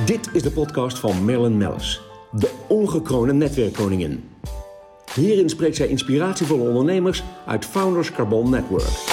Dit is de podcast van Marilyn Mellis, de ongekroonde netwerkkoningin. Hierin spreekt zij inspiratievolle ondernemers uit Founders Carbon Network.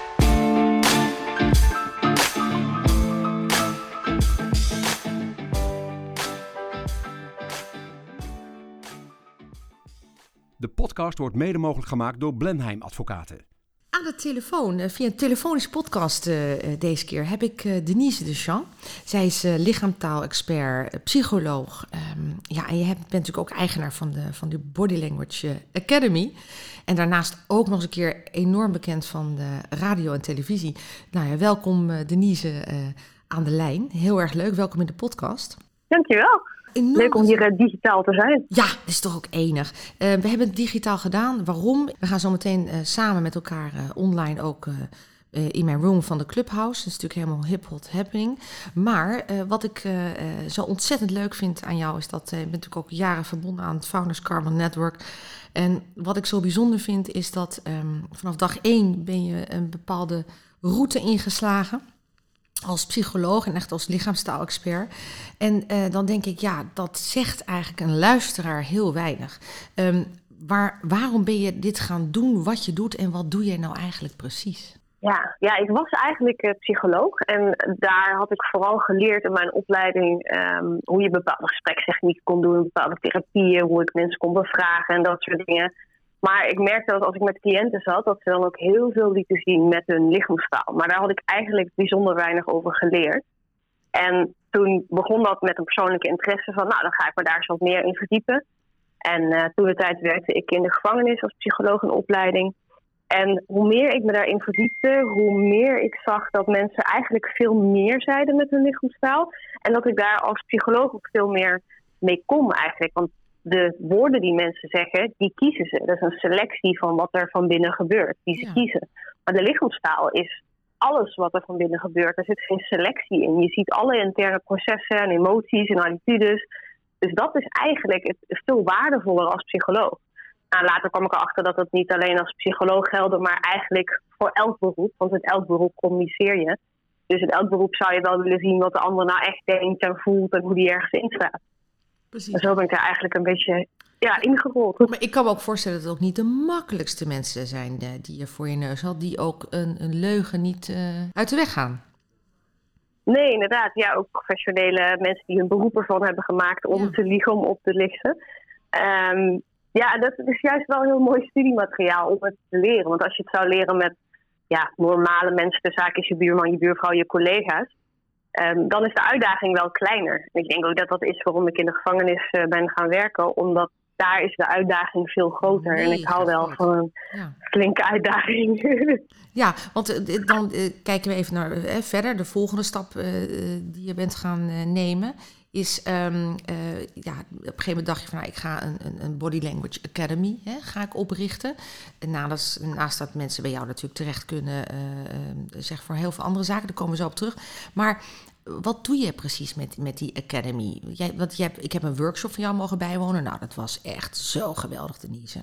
De podcast wordt mede mogelijk gemaakt door Blenheim Advocaten. Aan de telefoon, via een telefonische podcast deze keer, heb ik Denise Deschamps. Zij is lichaamstaal-expert, psycholoog. En je bent natuurlijk ook eigenaar van de Body Language Academy. En daarnaast ook nog eens een keer enorm bekend van de radio en televisie. Nou ja, welkom Denise aan de lijn. Heel erg leuk, welkom in de podcast. Dankjewel. Leuk om hier digitaal te zijn. Ja, dat is toch ook enig. We hebben het digitaal gedaan. Waarom? We gaan zo meteen samen met elkaar online ook in mijn room van de Clubhouse. Dat is natuurlijk helemaal hip-hot happening. Maar wat ik zo ontzettend leuk vind aan jou is dat je bent natuurlijk ook jaren verbonden aan het Founders Carbon Network. En wat ik zo bijzonder vind is dat vanaf dag 1 ben je een bepaalde route ingeslagen. Als psycholoog en echt als lichaamstaal-expert. En dan denk ik, ja, dat zegt eigenlijk een luisteraar heel weinig. Waarom ben je dit gaan doen, wat je doet en wat doe je nou eigenlijk precies? Ja, ik was eigenlijk psycholoog en daar had ik vooral geleerd in mijn opleiding hoe je bepaalde gesprekstechnieken kon doen, bepaalde therapieën, hoe ik mensen kon bevragen en dat soort dingen. Maar ik merkte dat als ik met cliënten zat, dat ze dan ook heel veel lieten zien met hun lichaamstaal. Maar daar had ik eigenlijk bijzonder weinig over geleerd. En toen begon dat met een persoonlijke interesse van, nou, dan ga ik me daar eens wat meer in verdiepen. En toen de tijd werkte ik in de gevangenis als psycholoog in opleiding. En hoe meer ik me daarin verdiepte, hoe meer ik zag dat mensen eigenlijk veel meer zeiden met hun lichaamstaal. En dat ik daar als psycholoog ook veel meer mee kon eigenlijk. Want de woorden die mensen zeggen, die kiezen ze. Dat is een selectie van wat er van binnen gebeurt, die ze kiezen. Maar de lichaamstaal is alles wat er van binnen gebeurt. Er zit geen selectie in. Je ziet alle interne processen en emoties en attitudes. Dus dat is eigenlijk veel waardevoller als psycholoog. Nou, later kwam ik erachter dat dat niet alleen als psycholoog geldt, maar eigenlijk voor elk beroep. Want in elk beroep communiceer je. Dus in elk beroep zou je wel willen zien wat de ander nou echt denkt en voelt en hoe die ergens in staat. Precies. En zo ben ik daar eigenlijk een beetje ingerold. Maar ik kan me ook voorstellen dat het ook niet de makkelijkste mensen zijn die je voor je neus had, die ook een leugen niet uit de weg gaan. Nee, inderdaad. Ja, ook professionele mensen die hun beroep ervan hebben gemaakt om te liegen, om op te lichten. Dat is juist wel heel mooi studiemateriaal om het te leren. Want als je het zou leren met normale mensen, de zaak is je buurman, je buurvrouw, je collega's. Dan is de uitdaging wel kleiner. En ik denk ook dat is waarom ik in de gevangenis ben gaan werken. Omdat daar is de uitdaging veel groter. En ik hou wel van een flinke uitdaging. Ja, want dan kijken we even naar verder. De volgende stap die je bent gaan nemen is... op een gegeven moment dacht je van... ik ga een Body Language Academy ga ik oprichten. En naast dat mensen bij jou natuurlijk terecht kunnen... zeg voor heel veel andere zaken. Daar komen we zo op terug. Maar wat doe je precies met die Academy? Ik heb een workshop van jou mogen bijwonen. Nou, dat was echt zo geweldig, Denise.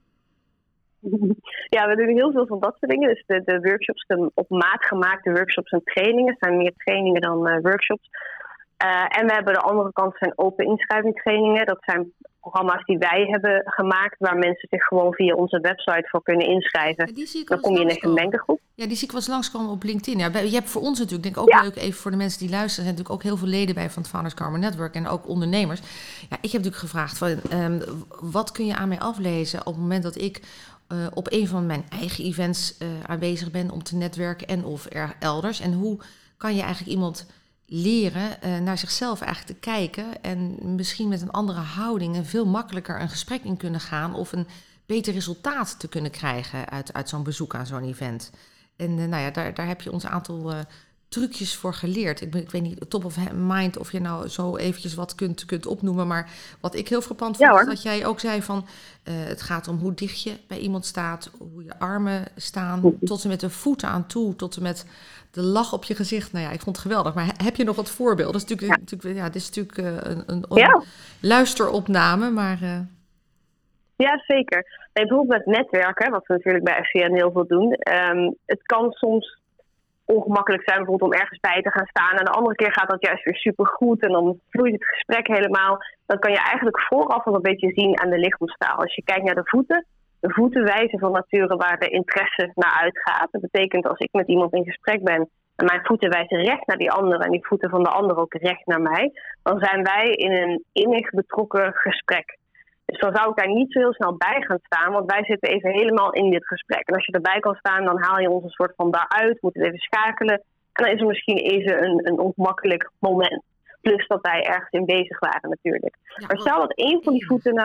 Ja, we doen heel veel van dat soort dingen. Dus de workshops, de op maat gemaakte workshops en trainingen... zijn meer trainingen dan workshops... En we hebben de andere kant zijn open inschrijvingstrainingen. Dat zijn programma's die wij hebben gemaakt... waar mensen zich gewoon via onze website voor kunnen inschrijven. Dan kom je in een gemengde groep. Ja, die zie ik wel eens langskomen op LinkedIn. Ja, je hebt voor ons natuurlijk, denk ik ook leuk... even voor de mensen die luisteren... zijn natuurlijk ook heel veel leden bij van het Founders Carbon Network... en ook ondernemers. Ja, ik heb natuurlijk gevraagd... wat kun je aan mij aflezen op het moment dat ik... op een van mijn eigen events aanwezig ben... om te netwerken en of elders. En hoe kan je eigenlijk iemand... leren naar zichzelf eigenlijk te kijken en misschien met een andere houding en veel makkelijker een gesprek in kunnen gaan of een beter resultaat te kunnen krijgen uit zo'n bezoek aan zo'n event. En daar heb je ons een aantal trucjes voor geleerd. Ik weet niet, top of mind, of je nou zo eventjes wat kunt opnoemen, maar wat ik heel frappant vond, is dat jij ook zei van, het gaat om hoe dicht je bij iemand staat, hoe je armen staan, tot en met de voeten aan toe, tot en met de lach op je gezicht. Nou ja, ik vond het geweldig. Maar heb je nog wat voorbeelden? Dat is dit is natuurlijk een luisteropname, maar... Ja, zeker. Bijvoorbeeld met netwerken, wat we natuurlijk bij FCN heel veel doen. Het kan soms ongemakkelijk zijn bijvoorbeeld om ergens bij te gaan staan. En de andere keer gaat dat juist weer supergoed en dan vloeit het gesprek helemaal. Dan kan je eigenlijk vooraf al een beetje zien aan de lichaamstaal. Als je kijkt naar de voeten wijzen van nature waar de interesse naar uitgaat. Dat betekent als ik met iemand in gesprek ben en mijn voeten wijzen recht naar die ander en die voeten van de ander ook recht naar mij, dan zijn wij in een innig betrokken gesprek. Dus dan zou ik daar niet zo heel snel bij gaan staan, want wij zitten even helemaal in dit gesprek. En als je erbij kan staan, dan haal je ons een soort van daaruit, moet het even schakelen. En dan is er misschien even een ongemakkelijk moment. Plus dat wij ergens in bezig waren natuurlijk. Ja, maar stel dat één van die voeten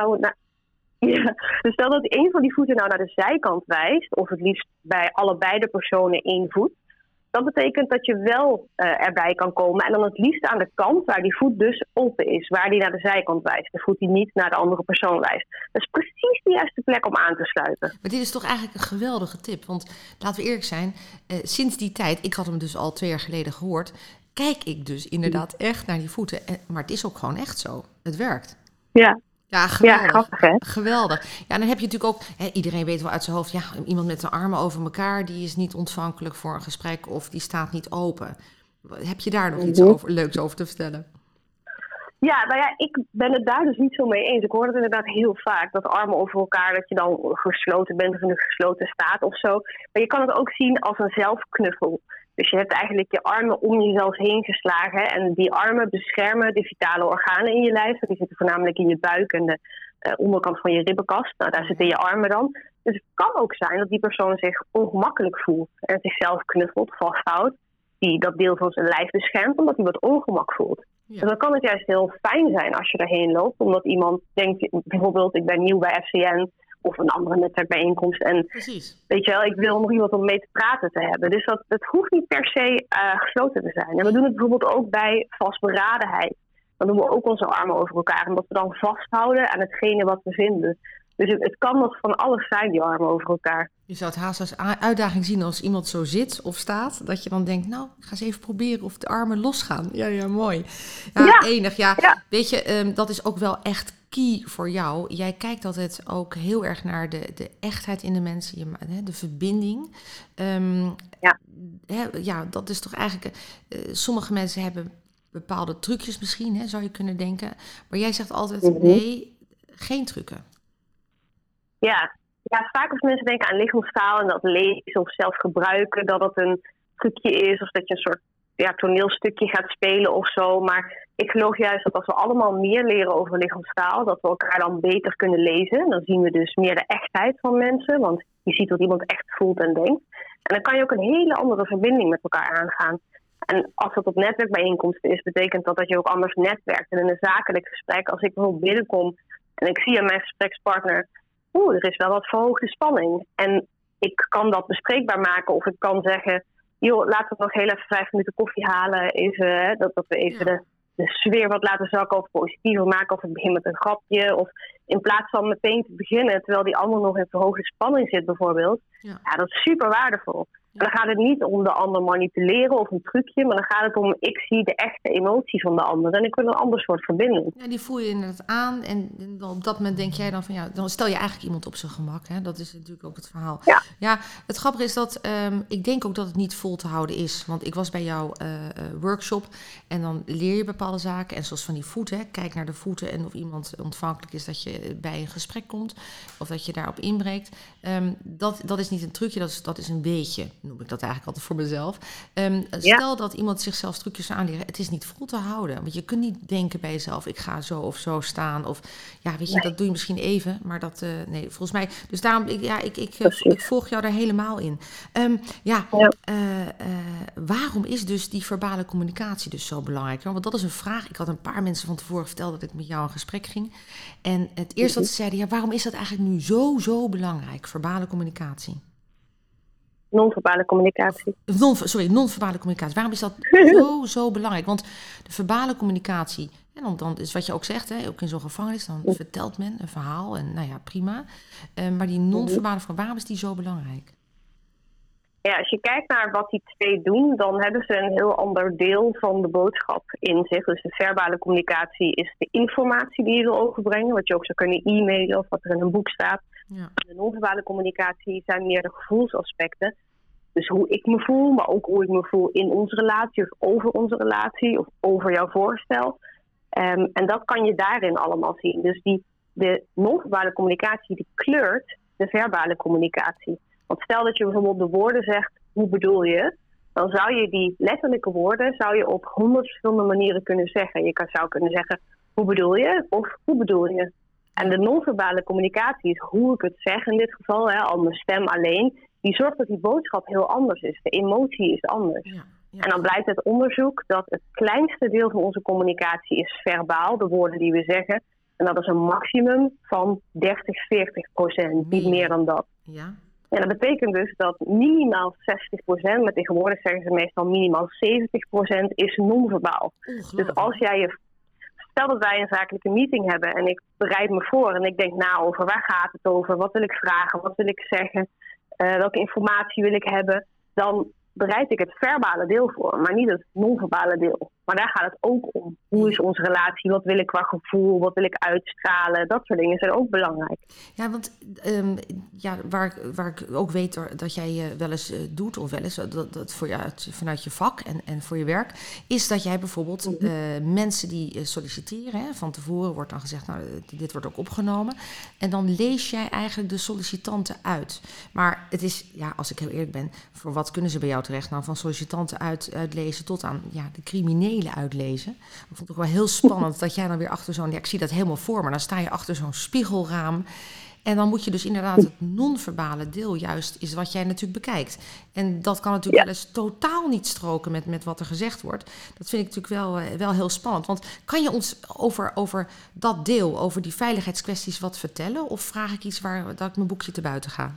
dus stel dat één van die voeten nou naar de zijkant wijst, of het liefst bij allebei de personen één voet. Dat betekent dat je wel erbij kan komen. En dan het liefst aan de kant waar die voet dus open is. Waar die naar de zijkant wijst. De voet die niet naar de andere persoon wijst. Dat is precies de juiste plek om aan te sluiten. Maar dit is toch eigenlijk een geweldige tip. Want laten we eerlijk zijn. Sinds die tijd, ik had hem dus al 2 jaar geleden gehoord. Kijk ik dus inderdaad echt naar die voeten. Maar het is ook gewoon echt zo. Het werkt. Ja, geweldig. Ja, grappig, hè? Geweldig. Ja, dan heb je natuurlijk ook, iedereen weet wel uit zijn hoofd, iemand met de armen over elkaar, die is niet ontvankelijk voor een gesprek of die staat niet open. Heb je daar nog iets leuks over te vertellen? Ja, nou ja, ik ben het daar dus niet zo mee eens. Ik hoor het inderdaad heel vaak, dat armen over elkaar, dat je dan gesloten bent of in een gesloten staat of zo. Maar je kan het ook zien als een zelfknuffel. Dus je hebt eigenlijk je armen om jezelf heen geslagen. En die armen beschermen de vitale organen in je lijf. Die zitten voornamelijk in je buik en de onderkant van je ribbenkast. Nou, daar zitten je armen dan. Dus het kan ook zijn dat die persoon zich ongemakkelijk voelt. En zichzelf knuffelt, vasthoudt. Die dat deel van zijn lijf beschermt, omdat hij wat ongemak voelt. Ja. Dus dan kan het juist heel fijn zijn als je daarheen loopt. Omdat iemand denkt, bijvoorbeeld ik ben nieuw bij FCN. Of een andere netwerkbijeenkomst. En precies. Weet je wel, ik wil nog iemand om mee te praten te hebben. Dus dat hoeft niet per se gesloten te zijn. En we doen het bijvoorbeeld ook bij vastberadenheid. Dan doen we ook onze armen over elkaar. Omdat we dan vasthouden aan hetgene wat we vinden. Dus het kan nog van alles zijn, die armen over elkaar. Je zou het haast als uitdaging zien als iemand zo zit of staat. Dat je dan denkt, nou, ga eens even proberen of de armen losgaan. Ja, mooi. Ja, enig. Ja. Weet je, dat is ook wel echt key voor jou. Jij kijkt altijd ook heel erg naar de echtheid in de mensen, de verbinding. Dat is toch eigenlijk... sommige mensen hebben bepaalde trucjes misschien, zou je kunnen denken. Maar jij zegt altijd, nee, geen trucken. Ja, vaak als mensen denken aan lichaamstaal en dat lezen of zelf gebruiken, dat het een trucje is of dat je een soort toneelstukje gaat spelen of zo. Maar ik geloof juist dat als we allemaal meer leren over lichaamstaal, dat we elkaar dan beter kunnen lezen. Dan zien we dus meer de echtheid van mensen, want je ziet wat iemand echt voelt en denkt. En dan kan je ook een hele andere verbinding met elkaar aangaan. En als dat op netwerkbijeenkomsten is, betekent dat je ook anders netwerkt. En in een zakelijk gesprek, als ik bijvoorbeeld binnenkom en ik zie aan mijn gesprekspartner, er is wel wat verhoogde spanning. En ik kan dat bespreekbaar maken of ik kan zeggen, joh, laten we nog heel even 5 minuten koffie halen. Even, dat we even de sfeer wat laten zakken of positiever maken. Of ik begin met een grapje. Of in plaats van meteen te beginnen, terwijl die ander nog in verhoogde spanning zit bijvoorbeeld. Ja, dat is super waardevol. En dan gaat het niet om de ander manipuleren of een trucje, maar dan gaat het om, ik zie de echte emotie van de ander en ik wil een ander soort verbinding. Ja, die voel je inderdaad aan en op dat moment denk jij dan van, dan stel je eigenlijk iemand op zijn gemak. Hè? Dat is natuurlijk ook het verhaal. Ja, het grappige is dat, ik denk ook dat het niet vol te houden is, want ik was bij jouw workshop en dan leer je bepaalde zaken en zoals van die voeten, kijk naar de voeten en of iemand ontvankelijk is dat je bij een gesprek komt of dat je daarop inbreekt. Dat is niet een trucje, dat is een beetje, noem ik dat eigenlijk altijd voor mezelf. Stel dat iemand zichzelf trucjes zou aanleren, het is niet vol te houden. Want je kunt niet denken bij jezelf, ik ga zo of zo staan. Of weet je, dat doe je misschien even, maar dat, nee, volgens mij. Dus daarom, ik volg jou daar helemaal in. Waarom is dus die verbale communicatie dus zo belangrijk? Want dat is een vraag. Ik had een paar mensen van tevoren verteld dat ik met jou in gesprek ging. En het eerste wat ze zeiden, waarom is dat eigenlijk nu zo belangrijk, verbale communicatie? Non-verbale communicatie. Non-verbale communicatie. Waarom is dat zo belangrijk? Want de verbale communicatie, en dan is wat je ook zegt, ook in zo'n gevangenis, dan vertelt men een verhaal en prima. Maar die non-verbale, waarom is die zo belangrijk? Ja, als je kijkt naar wat die twee doen, dan hebben ze een heel ander deel van de boodschap in zich. Dus de verbale communicatie is de informatie die je wil overbrengen, wat je ook zou kunnen e-mailen of wat er in een boek staat. Ja. De non-verbale communicatie zijn meer de gevoelsaspecten. Dus hoe ik me voel, maar ook hoe ik me voel in onze relatie of over onze relatie of over jouw voorstel. En dat kan je daarin allemaal zien. Dus de non-verbale communicatie die kleurt de verbale communicatie. Want stel dat je bijvoorbeeld de woorden zegt, hoe bedoel je? Dan zou je die letterlijke woorden op 100 verschillende manieren kunnen zeggen. Je zou kunnen zeggen, hoe bedoel je? Of hoe bedoel je? En de non-verbale communicatie is hoe ik het zeg in dit geval, al mijn stem alleen. Die zorgt dat die boodschap heel anders is. De emotie is anders. Ja. En dan blijkt uit onderzoek dat het kleinste deel van onze communicatie is verbaal, de woorden die we zeggen. En dat is een maximum van 30-40%, niet meer dan dat. Ja. En dat betekent dus dat minimaal 60%, maar tegenwoordig zeggen ze meestal minimaal 70% is non-verbaal. Dus als jij stel dat wij een zakelijke meeting hebben en ik bereid me voor en ik denk na over waar gaat het over, wat wil ik vragen, wat wil ik zeggen, welke informatie wil ik hebben, dan bereid ik het verbale deel voor, maar niet het non-verbale deel. Maar daar gaat het ook om. Hoe is onze relatie? Wat wil ik qua gevoel? Wat wil ik uitstralen? Dat soort dingen zijn ook belangrijk. Ja, want waar ik ook weet dat jij wel eens doet, of wel eens dat voor jou vanuit je vak en voor je werk, is dat jij bijvoorbeeld mensen die solliciteren, van tevoren wordt dan gezegd, nou, dit wordt ook opgenomen. En dan lees jij eigenlijk de sollicitanten uit. Maar het is, als ik heel eerlijk ben, voor wat kunnen ze bij jou terecht? Nou, van sollicitanten uitlezen tot aan de criminelen uitlezen. Ik vond het ook wel heel spannend dat jij dan weer achter zo'n... ik zie dat helemaal voor me. Dan sta je achter zo'n spiegelraam. En dan moet je dus inderdaad het non-verbale deel juist is wat jij natuurlijk bekijkt. En dat kan natuurlijk wel eens totaal niet stroken met wat er gezegd wordt. Dat vind ik natuurlijk wel heel spannend. Want kan je ons over dat deel, over die veiligheidskwesties wat vertellen? Of vraag ik iets dat ik mijn boekje te buiten ga?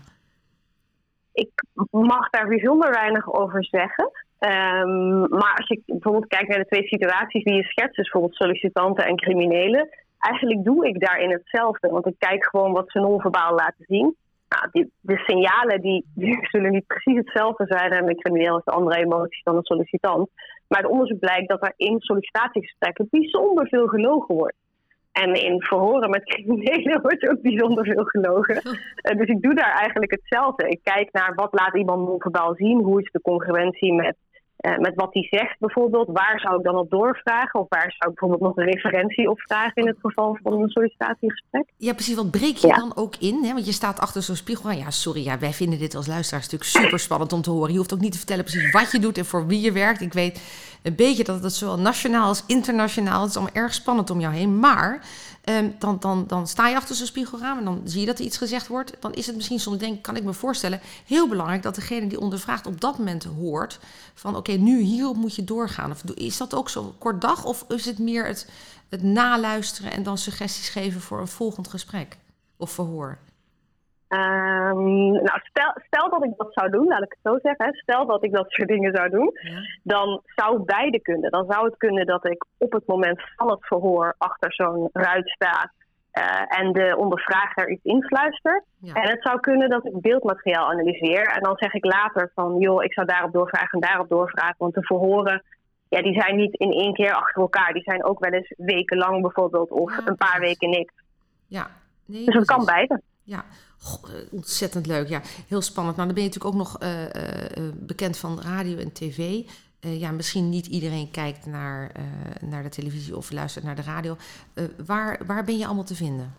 Ik mag daar bijzonder weinig over zeggen. Maar als je bijvoorbeeld kijkt naar de twee situaties die je schetst, dus bijvoorbeeld sollicitanten en criminelen, eigenlijk doe ik daarin hetzelfde. Want ik kijk gewoon wat ze non-verbaal laten zien. Nou, de signalen die zullen niet precies hetzelfde zijn. En de crimineel is de andere emoties dan de sollicitant. Maar het onderzoek blijkt dat er in sollicitatiegesprekken bijzonder veel gelogen wordt. En in verhoren met criminelen wordt ook bijzonder veel gelogen. Dus ik doe daar eigenlijk hetzelfde. Ik kijk naar wat laat iemand non-verbaal zien. Hoe is de congruentie met wat hij zegt bijvoorbeeld. Waar zou ik dan op doorvragen? Of waar zou ik bijvoorbeeld nog een referentie op vragen in het geval van een sollicitatiegesprek? Ja, precies. Wat breek je dan ook in? Hè? Want je staat achter zo'n spiegel. Ja, sorry. Ja, wij vinden dit als luisteraars natuurlijk super spannend om te horen. Je hoeft ook niet te vertellen precies wat je doet en voor wie je werkt. Ik weet een beetje dat het zowel nationaal als internationaal is. Het is allemaal erg spannend om jou heen. Maar dan sta je achter zo'n spiegelraam en dan zie je dat er iets gezegd wordt. Dan is het misschien soms, kan ik me voorstellen, heel belangrijk dat degene die ondervraagt op dat moment hoort van oké, nu hierop moet je doorgaan. Of is dat ook zo'n kort dag of is het meer het naluisteren en dan suggesties geven voor een volgend gesprek of verhoor? Stel dat ik dat zou doen, laat ik het zo zeggen. Stel dat ik dat soort dingen zou doen, dan zou beide kunnen. Dan zou het kunnen dat ik op het moment van het verhoor achter zo'n ruit sta en de ondervrager iets influistert. Ja. En het zou kunnen dat ik beeldmateriaal analyseer en dan zeg ik later van, joh, ik zou daarop doorvragen en daarop doorvragen. Want de verhoren, die zijn niet in één keer achter elkaar. Die zijn ook wel eens wekenlang bijvoorbeeld of een paar weken niks. Ja. Nee, dus het kan beide. Ja, ontzettend leuk. Ja, heel spannend. Nou, dan ben je natuurlijk ook nog bekend van radio en tv. Misschien niet iedereen kijkt naar de televisie of luistert naar de radio. Waar ben je allemaal te vinden?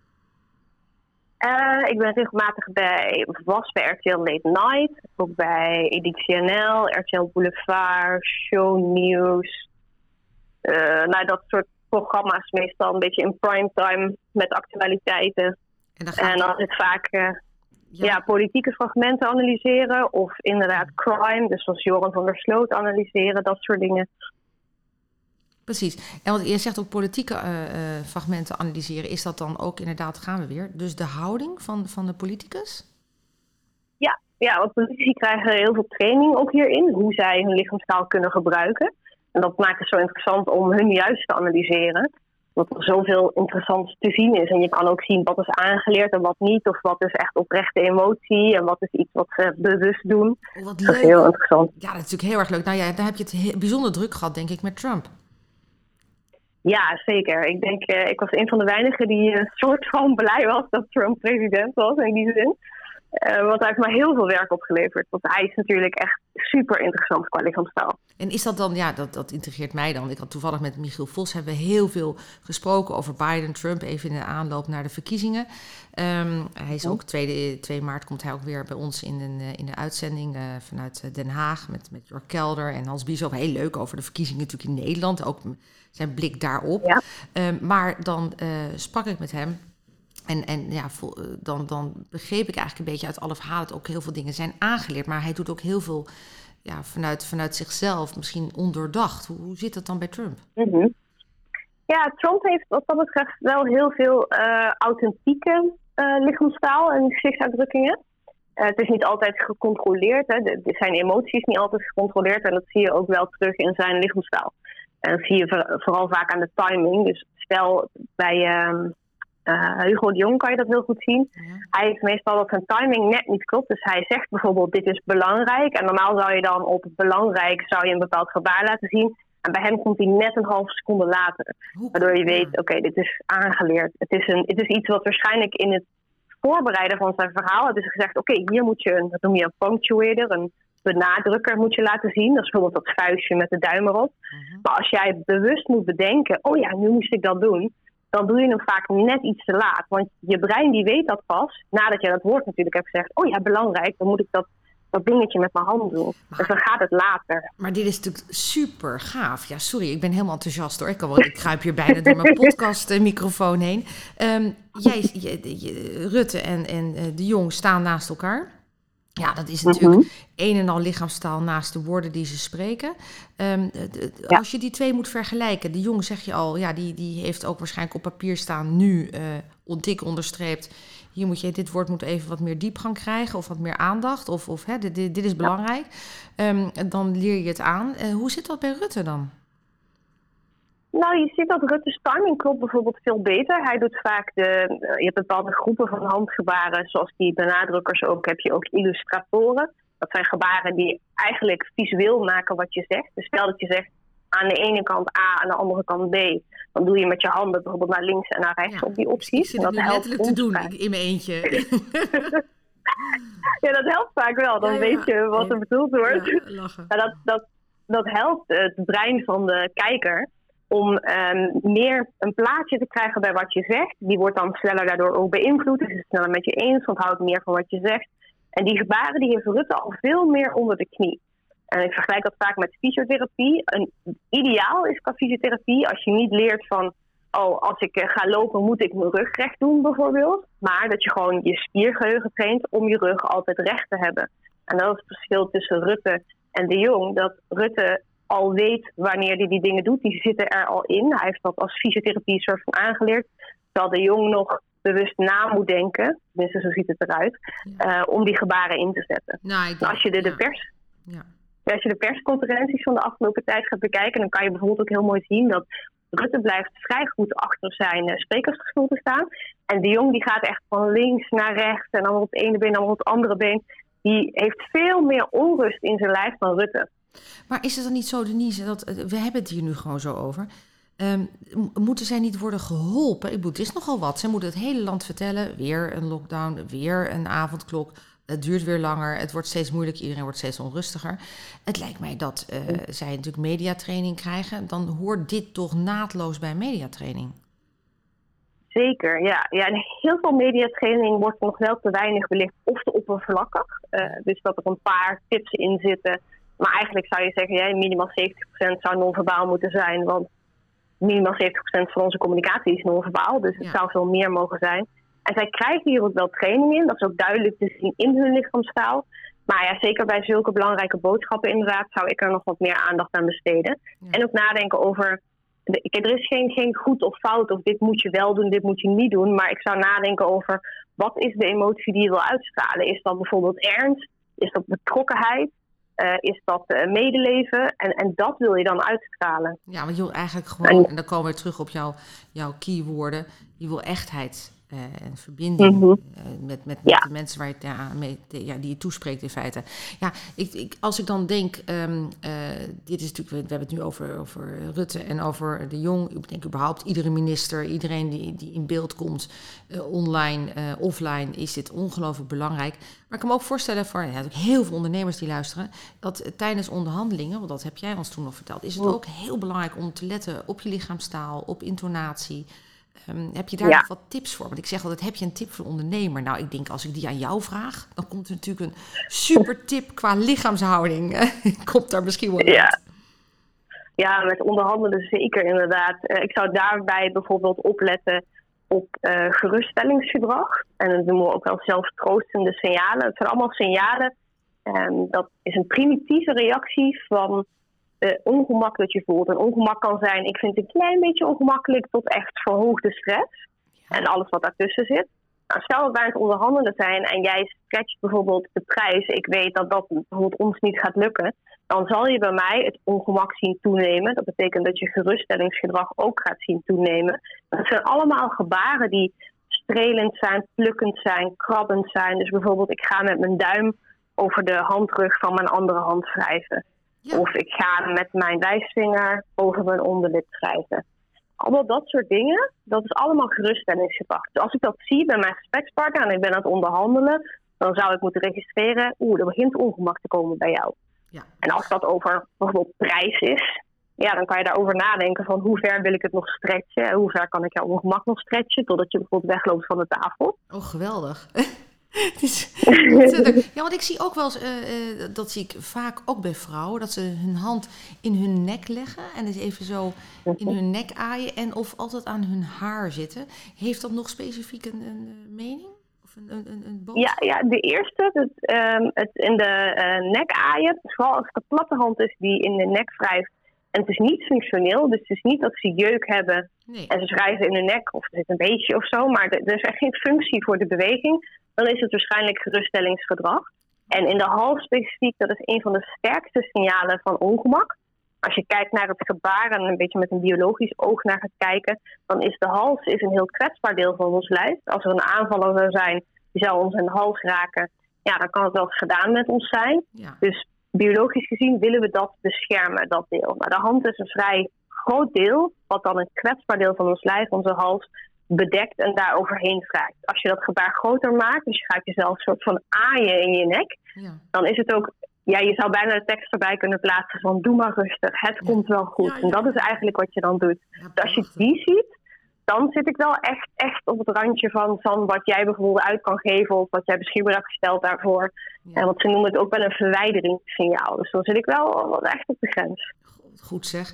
Ik ben regelmatig bij RTL Late Night. Ook bij Editie NL, RTL Boulevard, Shownieuws. Dat soort programma's meestal een beetje in primetime met actualiteiten. En dan is het vaak politieke fragmenten analyseren of inderdaad crime, dus zoals Joran van der Sloot analyseren, dat soort dingen. Precies. En wat je zegt ook politieke fragmenten analyseren, is dat dan ook inderdaad, gaan we weer, dus de houding van de politicus? Ja, want politici krijgen heel veel training ook hierin, hoe zij hun lichaamstaal kunnen gebruiken. En dat maakt het zo interessant om hun juist te analyseren. Dat er zoveel interessants te zien is. En je kan ook zien wat is aangeleerd en wat niet. Of wat is echt oprechte emotie. En wat is iets wat ze bewust doen. Wat dat is heel interessant. Ja, dat is natuurlijk heel erg leuk. Nou ja, daar heb je het bijzonder druk gehad, denk ik, met Trump. Ja, zeker. Ik denk, ik was een van de weinigen die soort van blij was dat Trump president was in die zin. Want hij heeft maar heel veel werk opgeleverd. Want hij is natuurlijk echt super interessant qua lichaamstaal. En is dat dan, dat integreert mij dan. Ik had toevallig met Michiel Vos hebben we heel veel gesproken over Biden, Trump, even in de aanloop naar de verkiezingen. Hij is ook 2 maart komt hij ook weer bij ons in de uitzending vanuit Den Haag met Jor Kelder en Hans Biesheuvel. Heel leuk over de verkiezingen natuurlijk in Nederland, ook zijn blik daarop. Ja. Maar dan sprak ik met hem. En dan begreep ik eigenlijk een beetje uit alle verhalen dat ook heel veel dingen zijn aangeleerd. Maar hij doet ook heel veel vanuit zichzelf, misschien ondoordacht. Hoe zit dat dan bij Trump? Mm-hmm. Ja, Trump heeft wat dat betreft wel heel veel authentieke lichaamstaal en gezichtsuitdrukkingen. Het is niet altijd gecontroleerd. Hè. Zijn emoties niet altijd gecontroleerd. En dat zie je ook wel terug in zijn lichaamstaal. En dat zie je vooral vaak aan de timing. Dus stel bij Hugo de Jong kan je dat heel goed zien. Ja. Hij heeft meestal dat zijn timing net niet klopt. Dus hij zegt bijvoorbeeld dit is belangrijk. En normaal zou je dan op belangrijk een bepaald gebaar laten zien. En bij hem komt hij net een halve seconde later. Waardoor je weet, oké, dit is aangeleerd. Het is iets wat waarschijnlijk in het voorbereiden van zijn verhaal. Het is gezegd, oké, hier moet je dat noem je een punctuator, een benadrukker moet je laten zien. Dat is bijvoorbeeld dat vuistje met de duim erop. Uh-huh. Maar als jij bewust moet bedenken, nu moest ik dat doen, dan doe je hem vaak net iets te laat. Want je brein die weet dat pas, nadat je dat woord natuurlijk hebt gezegd, belangrijk, dan moet ik dat dingetje met mijn hand doen. Dus dan gaat het later. Maar dit is natuurlijk super gaaf. Ja, sorry, ik ben helemaal enthousiast hoor. Ik kruip hier bijna door mijn podcastmicrofoon heen. Rutte en de Jong staan naast elkaar. Ja, dat is natuurlijk een en al lichaamstaal naast de woorden die ze spreken. Als je die 2 moet vergelijken, de Jong zeg je al, die heeft ook waarschijnlijk op papier staan nu dik onderstreept. Dit woord moet even wat meer diepgang krijgen of wat meer aandacht. Dit is belangrijk. Dan leer je het aan. Hoe zit dat bij Rutte dan? Nou, je ziet dat Rutte's timing klopt bijvoorbeeld veel beter. Hij doet vaak je hebt bepaalde groepen van handgebaren, zoals die benadrukkers ook, heb je ook illustratoren. Dat zijn gebaren die eigenlijk visueel maken wat je zegt. Dus stel dat je zegt aan de ene kant A, aan de andere kant B. Dan doe je met je handen bijvoorbeeld naar links en naar rechts op die opties. Ik zit het nu letterlijk te doen in mijn eentje. Ja, dat helpt vaak wel. Dan weet je wat er bedoeld wordt. Ja, lachen. Maar dat helpt het brein van de kijker om meer een plaatje te krijgen bij wat je zegt. Die wordt dan sneller daardoor ook beïnvloed. Dus het sneller met je eens, onthoudt meer van wat je zegt. En die gebaren die heeft Rutte al veel meer onder de knie. En ik vergelijk dat vaak met fysiotherapie. Een ideaal is qua fysiotherapie als je niet leert van, als ik ga lopen moet ik mijn rug recht doen bijvoorbeeld. Maar dat je gewoon je spiergeheugen traint om je rug altijd recht te hebben. En dat is het verschil tussen Rutte en de Jong. Dat Rutte al weet wanneer hij die dingen doet. Die zitten er al in. Hij heeft dat als fysiotherapie soort van aangeleerd. Terwijl de Jong nog bewust na moet denken. Tenminste, zo ziet het eruit. Om die gebaren in te zetten. Als je als je de persconferenties van de afgelopen tijd gaat bekijken, dan kan je bijvoorbeeld ook heel mooi zien dat Rutte blijft vrij goed achter zijn sprekersstoel te staan. En de Jong die gaat echt van links naar rechts en dan op het ene been, dan op het andere been. Die heeft veel meer onrust in zijn lijf dan Rutte. Maar is het dan niet zo, Denise, we hebben het hier nu gewoon zo over. Moeten zij niet worden geholpen? Ik bedoel, het is nogal wat. Zij moeten het hele land vertellen. Weer een lockdown, weer een avondklok. Het duurt weer langer, het wordt steeds moeilijker, iedereen wordt steeds onrustiger. Het lijkt mij dat zij natuurlijk mediatraining krijgen. Dan hoort dit toch naadloos bij mediatraining? Zeker, ja. En heel veel mediatraining wordt nog wel te weinig belicht of te oppervlakkig. Dus dat er een paar tips in zitten. Maar eigenlijk zou je zeggen, minimaal 70% zou non-verbaal moeten zijn. Want minimaal 70% van onze communicatie is non-verbaal. Dus het zou veel meer mogen zijn. En zij krijgen hier ook wel training in. Dat is ook duidelijk te zien in hun lichaamstaal. Maar zeker bij zulke belangrijke boodschappen inderdaad zou ik er nog wat meer aandacht aan besteden. Ja. En ook nadenken over, er is geen goed of fout of dit moet je wel doen, dit moet je niet doen. Maar ik zou nadenken over, wat is de emotie die je wil uitstralen? Is dat bijvoorbeeld ernst? Is dat betrokkenheid? Is dat medeleven? En dat wil je dan uitstralen. Ja, want je wil eigenlijk gewoon, en dan komen we terug op jouw keywoorden, je wil echtheid en verbinding met Ja. de mensen waar die je toespreekt in feite. Ja, als ik dan denk, dit is natuurlijk, we hebben het nu over Rutte en over De Jong. Ik denk überhaupt iedere minister, iedereen die in beeld komt, online, offline, is dit ongelooflijk belangrijk. Maar ik kan me ook voorstellen voor heel veel ondernemers die luisteren, dat tijdens onderhandelingen, want dat heb jij ons toen nog verteld, is het ook heel belangrijk om te letten op je lichaamstaal, op intonatie. Heb je daar nog wat tips voor? Want ik zeg altijd, heb je een tip voor een ondernemer? Nou, ik denk als ik die aan jou vraag, dan komt er natuurlijk een super tip qua lichaamshouding. Komt daar misschien wel uit. Ja, met onderhandelen zeker inderdaad. Ik zou daarbij bijvoorbeeld opletten op geruststellingsgedrag. En dat noemen we ook wel zelftroostende signalen. Het zijn allemaal signalen. Dat is een primitieve reactie van ongemak dat je voelt. En ongemak kan zijn, ik vind het een klein beetje ongemakkelijk, tot echt verhoogde stress. En alles wat daartussen zit. Nou, stel dat wij aan het onderhandelen zijn en jij stretcht bijvoorbeeld de prijs. Ik weet dat bijvoorbeeld ons niet gaat lukken. Dan zal je bij mij het ongemak zien toenemen. Dat betekent dat je geruststellingsgedrag ook gaat zien toenemen. Dat zijn allemaal gebaren die strelend zijn, plukkend zijn, krabbend zijn. Dus bijvoorbeeld ik ga met mijn duim over de handrug van mijn andere hand wrijven. Ja. Of ik ga met mijn wijsvinger over mijn onderlip wrijven. Allemaal dat soort dingen, dat is allemaal geruststellingsgedrag. Dus als ik dat zie bij mijn gesprekspartner en ik ben aan het onderhandelen, dan zou ik moeten registreren, er begint ongemak te komen bij jou. Ja. En als dat over bijvoorbeeld prijs is, dan kan je daarover nadenken van hoe ver wil ik het nog stretchen? Hoe ver kan ik jouw ongemak nog stretchen totdat je bijvoorbeeld wegloopt van de tafel? Oh, geweldig. Ja, want ik zie ook wel eens, dat zie ik vaak ook bij vrouwen, dat ze hun hand in hun nek leggen en dus even zo in hun nek aaien en of altijd aan hun haar zitten. Heeft dat nog specifiek een mening? Of een boodschap? Ja, de eerste, het in de nek aaien, vooral als het een platte hand is die in de nek wrijft. En het is niet functioneel, dus het is niet dat ze jeuk hebben en ze wrijven in hun nek of er zit een beetje of zo, maar er is echt geen functie voor de beweging. Dan is het waarschijnlijk geruststellingsgedrag. En in de hals specifiek, dat is een van de sterkste signalen van ongemak. Als je kijkt naar het gebaar en een beetje met een biologisch oog naar gaat kijken, dan is de hals een heel kwetsbaar deel van ons lijf. Als er een aanvaller zou zijn, die zou ons in de hals raken, dan kan het wel eens gedaan met ons zijn. Ja. Dus biologisch gezien willen we dat beschermen, dat deel. Maar de hand is een vrij groot deel, wat dan een kwetsbaar deel van ons lijf, onze hals, bedekt en daar overheen wrijft. Als je dat gebaar groter maakt, dus je gaat jezelf een soort van aaien in je nek, dan is het ook, je zou bijna de tekst erbij kunnen plaatsen van doe maar rustig, het komt wel goed. Ja. En dat is eigenlijk wat je dan doet. Ja, dus als je die ziet, dan zit ik wel echt op het randje van wat jij bijvoorbeeld uit kan geven of wat jij beschikbaar hebt gesteld daarvoor. Ja. Want ze noemen het ook wel een verwijderingssignaal. Dus dan zit ik wel echt op de grens. Goed zeg.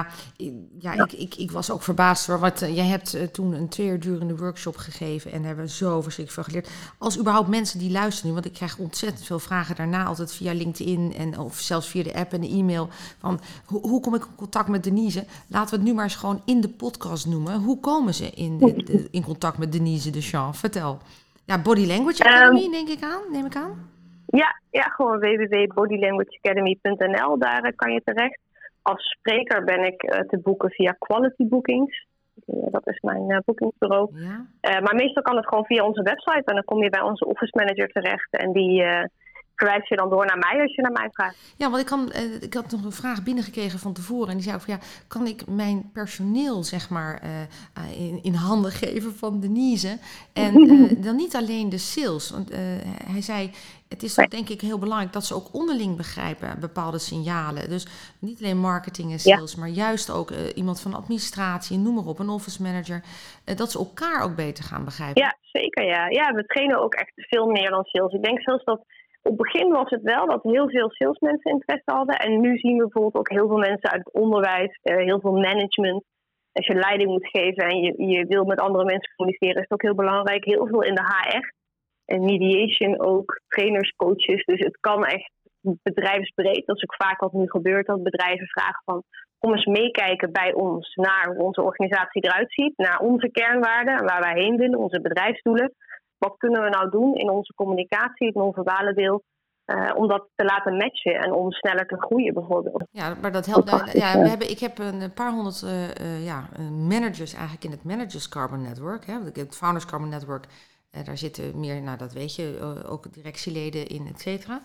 Ik was ook verbaasd hoor. Want jij hebt toen een 2 uur durende workshop gegeven. En daar hebben we zo verschrikkelijk veel geleerd. Als überhaupt mensen die luisteren nu. Want ik krijg ontzettend veel vragen daarna. Altijd via LinkedIn of zelfs via de app en de e-mail. Van hoe kom ik in contact met Denise? Laten we het nu maar eens gewoon in de podcast noemen. Hoe komen ze in contact met Denise Deschamps? Vertel. Ja, Body Language Academy neem ik aan. Ja, gewoon www.bodylanguageacademy.nl. Daar kan je terecht. Als spreker ben ik te boeken via Quality Bookings. Dat is mijn boekingsbureau. Ja. Maar meestal kan het gewoon via onze website. En dan kom je bij onze office manager terecht. En die verwijst je dan door naar mij als je naar mij vraagt. Ja, want ik had nog een vraag binnengekregen van tevoren. En die zei ook kan ik mijn personeel zeg maar in handen geven van Denise? En dan niet alleen de sales. Want hij zei, het is toch denk ik heel belangrijk dat ze ook onderling begrijpen bepaalde signalen. Dus niet alleen marketing en sales, maar juist ook iemand van administratie, noem maar op, een office manager. Dat ze elkaar ook beter gaan begrijpen. Ja, zeker ja. We trainen ook echt veel meer dan sales. Ik denk zelfs dat op het begin was het wel dat heel veel salesmensen interesse hadden. En nu zien we bijvoorbeeld ook heel veel mensen uit het onderwijs, heel veel management. Als je leiding moet geven en je wil met andere mensen communiceren, is het ook heel belangrijk. Heel veel in de HR en mediation ook, trainers, coaches. Dus het kan echt bedrijfsbreed. Dat is ook vaak wat nu gebeurt, dat bedrijven vragen van kom eens meekijken bij ons naar hoe onze organisatie eruit ziet, naar onze kernwaarden en waar wij heen willen, onze bedrijfsdoelen. Wat kunnen we nou doen in onze communicatie, het non-verbale deel, om dat te laten matchen en om sneller te groeien bijvoorbeeld. Ja, maar dat helpt. Ik heb een paar honderd managers eigenlijk in het Managers Carbon Network. Hè. Het Founders Carbon Network, daar zitten meer, nou dat weet je, ook directieleden in, et cetera.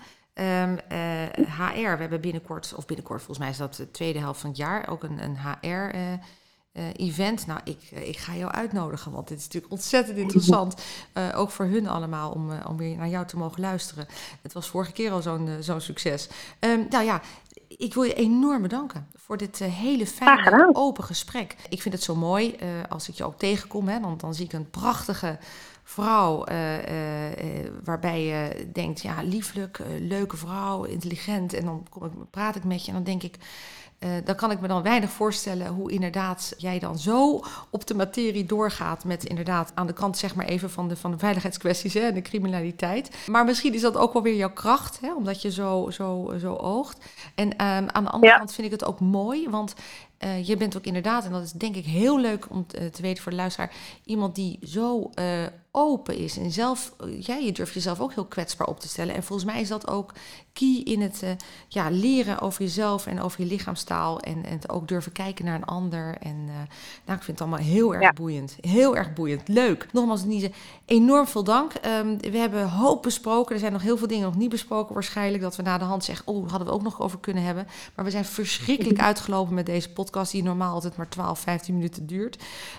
HR, we hebben binnenkort, volgens mij is dat de tweede helft van het jaar, ook een HR event. Nou, ik ga jou uitnodigen, want dit is natuurlijk ontzettend interessant. Ook voor hun allemaal, om weer naar jou te mogen luisteren. Het was vorige keer al zo'n succes. Ik wil je enorm bedanken voor dit hele fijne, open gesprek. Ik vind het zo mooi als ik je ook tegenkom. Hè, dan zie ik een prachtige vrouw waarbij je denkt, ja, lieflijk, leuke vrouw, intelligent. En dan praat ik met je en dan denk ik, dan kan ik me dan weinig voorstellen hoe inderdaad jij dan zo op de materie doorgaat met inderdaad aan de kant zeg maar even van de veiligheidskwesties en de criminaliteit. Maar misschien is dat ook wel weer jouw kracht, hè, omdat je zo oogt. En aan de andere kant vind ik het ook mooi, want je bent ook inderdaad, en dat is denk ik heel leuk om te weten voor de luisteraar, iemand die zo open is en zelf, je durft jezelf ook heel kwetsbaar op te stellen. En volgens mij is dat ook key in het leren over jezelf en over je lichaamstaal en het ook durven kijken naar een ander. En ik vind het allemaal heel erg boeiend. Heel erg boeiend. Leuk. Nogmaals, Denise, enorm veel dank. We hebben hoop besproken. Er zijn nog heel veel dingen nog niet besproken waarschijnlijk, dat we na de hand zeggen, hadden we ook nog over kunnen hebben. Maar we zijn verschrikkelijk uitgelopen met deze podcast, die normaal altijd maar 12, 15 minuten duurt.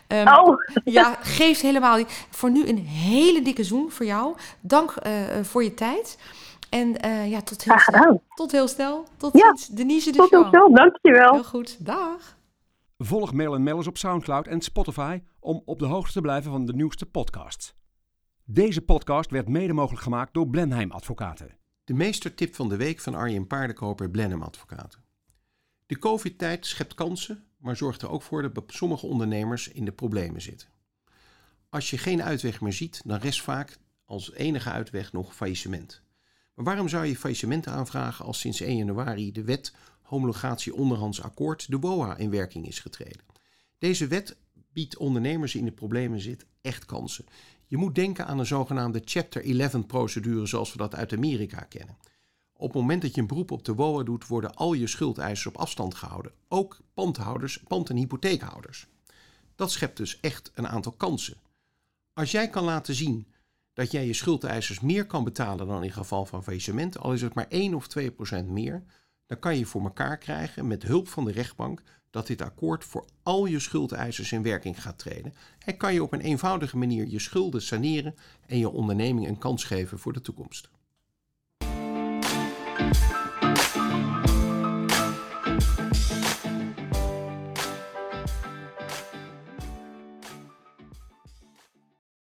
Ja, geeft helemaal niet. Voor nu een hele dikke zoen voor jou. Dank voor je tijd. En tot heel snel. Tot heel snel. Tot ziens. Denise de Jong. Tot heel snel, dankjewel. Heel goed, dag. Volg Mail & Mellers op Soundcloud en Spotify om op de hoogte te blijven van de nieuwste podcasts. Deze podcast werd mede mogelijk gemaakt door Blenheim Advocaten. De meestertip van de week van Arjen Paardenkoper, Blenheim Advocaten. De COVID-tijd schept kansen, maar zorgt er ook voor dat sommige ondernemers in de problemen zitten. Als je geen uitweg meer ziet, dan rest vaak als enige uitweg nog faillissement. Maar waarom zou je faillissement aanvragen als sinds 1 januari de wet Homologatie Onderhands Akkoord, de WOA, in werking is getreden? Deze wet biedt ondernemers die in de problemen zitten echt kansen. Je moet denken aan een zogenaamde Chapter 11-procedure zoals we dat uit Amerika kennen. Op het moment dat je een beroep op de WOA doet, worden al je schuldeisers op afstand gehouden. Ook pand- en hypotheekhouders. Dat schept dus echt een aantal kansen. Als jij kan laten zien dat jij je schuldeisers meer kan betalen dan in geval van faillissement, al is het maar 1 of 2% meer, dan kan je voor elkaar krijgen met hulp van de rechtbank dat dit akkoord voor al je schuldeisers in werking gaat treden. En kan je op een eenvoudige manier je schulden saneren en je onderneming een kans geven voor de toekomst.